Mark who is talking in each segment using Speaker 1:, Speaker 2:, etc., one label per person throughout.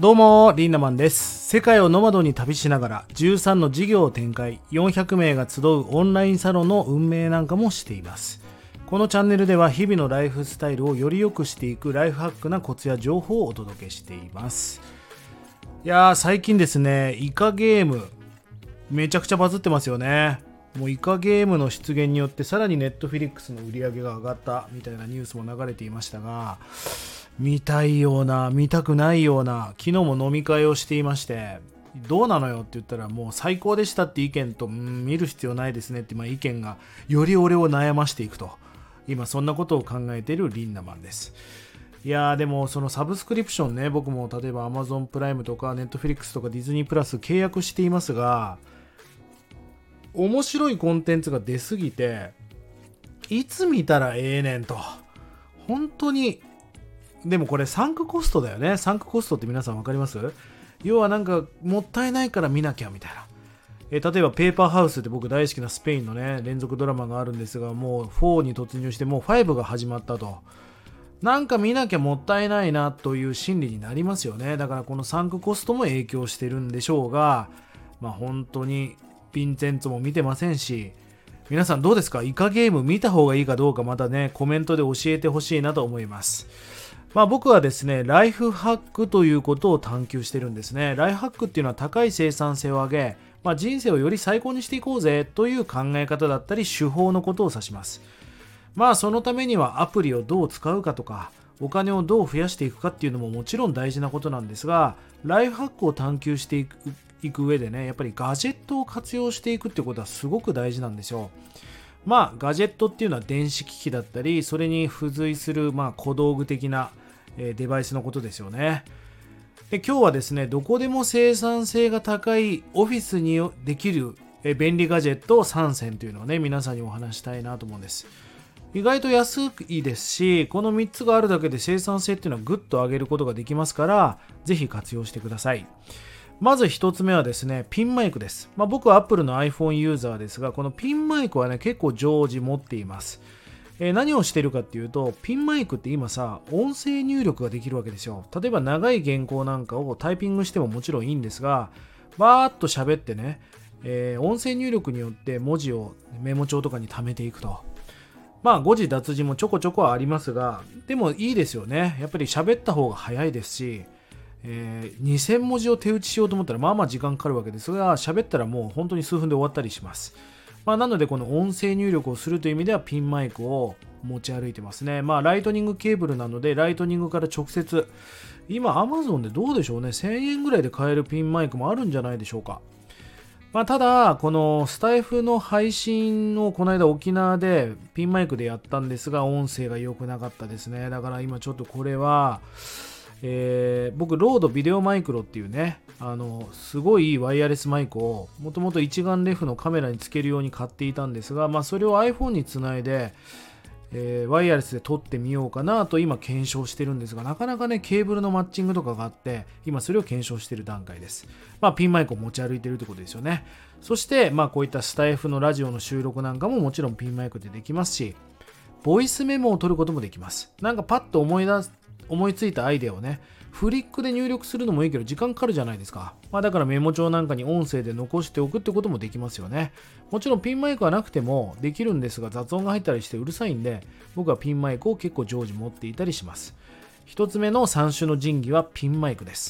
Speaker 1: どうもリンナマンです。世界をノマドに旅しながら13の事業を展開、400名が集うオンラインサロンの運営なんかもしています。このチャンネルでは日々のライフスタイルをより良くしていくライフハックなコツや情報をお届けしています。いやー、最近ですね、イカゲームめちゃくちゃバズってますよね。もうイカゲームの出現によってさらにネットフィリックスの売り上げが上がったみたいなニュースも流れていましたが、見たいような見たくないような、昨日も飲み会をしていまして、どうなのよって言ったらもう最高でしたって意見と、見る必要ないですねって意見がより俺を悩ましていくと、今そんなことを考えているリンナマンです。いやー、でもそのサブスクリプションね、僕も例えば Amazon プライムとか Netflix とかディズニープラス契約していますが、面白いコンテンツが出すぎていつ見たらええねんと、本当に。でもこれサンクコストだよね。サンクコストって皆さん分かります？要はなんかもったいないから見なきゃみたいな。例えばペーパーハウスって僕大好きなスペインのね連続ドラマがあるんですが、もう4に突入してもう5が始まったと、なんか見なきゃもったいないなという心理になりますよね。だからこのサンクコストも影響してるんでしょうが、本当にヴィンチェンツォも見てませんし、皆さんどうですか？イカゲーム見た方がいいかどうか、またねコメントで教えてほしいなと思います。僕はですね、ライフハックということを探求してるんですね。ライフハックっていうのは高い生産性を上げ、人生をより最高にしていこうぜという考え方だったり手法のことを指します。そのためにはアプリをどう使うかとか、お金をどう増やしていくかっていうのももちろん大事なことなんですが、ライフハックを探求していく上でね、やっぱりガジェットを活用していくってことはすごく大事なんですよ。ガジェットっていうのは電子機器だったり、それに付随する小道具的なデバイスのことですよね。で、今日はですね、どこでも生産性が高いオフィスにできる便利ガジェット3選というのをね、皆さんにお話したいなと思うんです。意外と安いですし、この3つがあるだけで生産性っていうのはぐっと上げることができますから、ぜひ活用してください。まず1つ目はですね、ピンマイクです。僕は Apple の iPhone ユーザーですが、このピンマイクはね、結構常時持っています。何をしてるかっていうと、ピンマイクって今さ、音声入力ができるわけですよ。例えば長い原稿なんかをタイピングしてももちろんいいんですが、バーッと喋ってね、音声入力によって文字をメモ帳とかに貯めていくと。誤字脱字もちょこちょこはありますが、でもいいですよね。やっぱり喋った方が早いですし、2000文字を手打ちしようと思ったら時間かかるわけですが、喋ったらもう本当に数分で終わったりします。なのでこの音声入力をするという意味ではピンマイクを持ち歩いてますね。ライトニングケーブルなのでライトニングから直接、今 Amazon でどうでしょうね、1000円ぐらいで買えるピンマイクもあるんじゃないでしょうか。ただこのスタイフの配信をこの間沖縄でピンマイクでやったんですが、音声が良くなかったですね。だから今ちょっとこれは僕ロードビデオマイクロっていうね、すごいワイヤレスマイクをもともと一眼レフのカメラにつけるように買っていたんですが、それを iPhone につないで、ワイヤレスで撮ってみようかなと今検証してるんですが、なかなかねケーブルのマッチングとかがあって今それを検証している段階です。ピンマイクを持ち歩いているということですよね。そしてこういったスタイフのラジオの収録なんかももちろんピンマイクでできますし、ボイスメモを取ることもできます。なんかパッと思いついたアイデアをね、フリックで入力するのもいいけど時間かかるじゃないですか。だからメモ帳なんかに音声で残しておくってこともできますよね。もちろんピンマイクはなくてもできるんですが、雑音が入ったりしてうるさいんで、僕はピンマイクを結構常時持っていたりします。一つ目の3種の神器はピンマイクです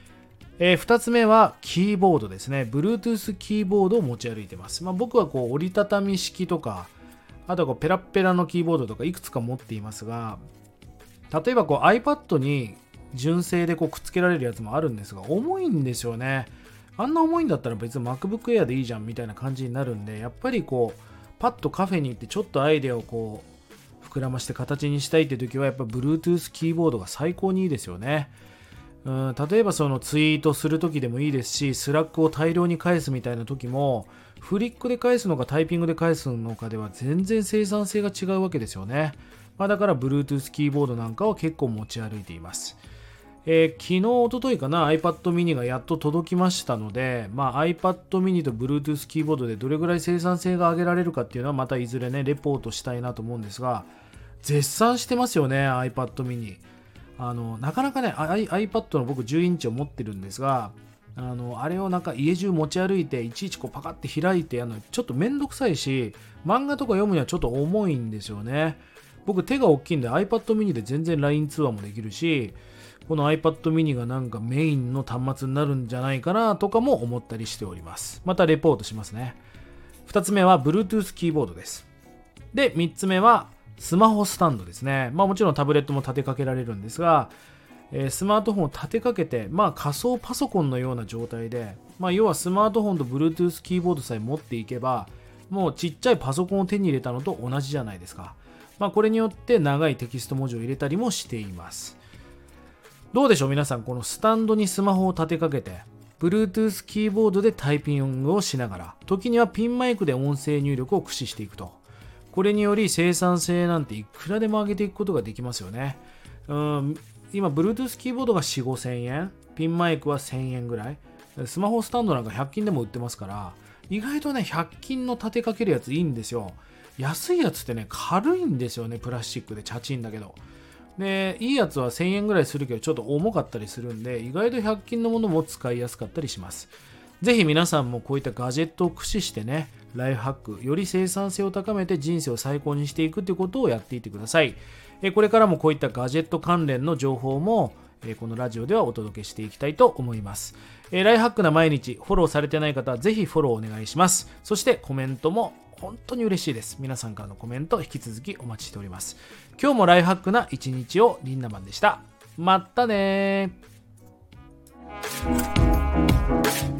Speaker 1: 。2つ目はキーボードですね。Bluetooth キーボードを持ち歩いてます。僕は折りたたみ式とか、あとはペラッペラのキーボードとかいくつか持っていますが、例えばiPad に純正でくっつけられるやつもあるんですが、重いんですよね。あんな重いんだったら別に MacBook Air でいいじゃんみたいな感じになるんで、やっぱりパッとカフェに行ってちょっとアイデアを膨らまして形にしたいって時はやっぱ Bluetooth キーボードが最高にいいですよね。例えばそのツイートする時でもいいですし、スラックを大量に返すみたいな時もフリックで返すのかタイピングで返すのかでは全然生産性が違うわけですよね。だから Bluetooth キーボードなんかは結構持ち歩いています。昨日一昨日かな、 iPad mini がやっと届きましたので、iPad mini と Bluetooth キーボードでどれぐらい生産性が上げられるかっていうのはまたいずれねレポートしたいなと思うんですが、絶賛してますよね iPad mini。 なかなかね、iPad の僕10インチを持ってるんですが、あれをなんか家中持ち歩いていちいちこうパカって開いてちょっとめんどくさいし、漫画とか読むにはちょっと重いんですよね。僕手が大きいんで iPad mini で全然 LINE 通話もできるし、この iPad mini がなんかメインの端末になるんじゃないかなとかも思ったりしております。またレポートしますね。2つ目は Bluetooth キーボードです。で、3つ目はスマホスタンドですね。もちろんタブレットも立てかけられるんですが、スマートフォンを立てかけて、仮想パソコンのような状態で、要はスマートフォンと Bluetooth キーボードさえ持っていけば、もうちっちゃいパソコンを手に入れたのと同じじゃないですか。これによって長いテキスト文字を入れたりもしています。どうでしょう皆さん、このスタンドにスマホを立てかけて、Bluetooth キーボードでタイピングをしながら、時にはピンマイクで音声入力を駆使していくと。これにより生産性なんていくらでも上げていくことができますよね。今、Bluetooth キーボードが4、5千円、ピンマイクは1000円ぐらい、スマホスタンドなんか100均でも売ってますから、意外とね、100均の立てかけるやついいんですよ。安いやつってね、軽いんですよね、プラスチックでチャチンだけど。で、いいやつは1000円ぐらいするけど、ちょっと重かったりするんで、意外と100均のものも使いやすかったりします。ぜひ皆さんもこういったガジェットを駆使してね、ライフハック、より生産性を高めて人生を最高にしていくということをやっていってください。これからもこういったガジェット関連の情報も、このラジオではお届けしていきたいと思います。ライフハックな毎日、フォローされてない方はぜひフォローお願いします。そしてコメントも本当に嬉しいです。皆さんからのコメント引き続きお待ちしております。今日もライフハックな一日をリンナマンでした。またねー。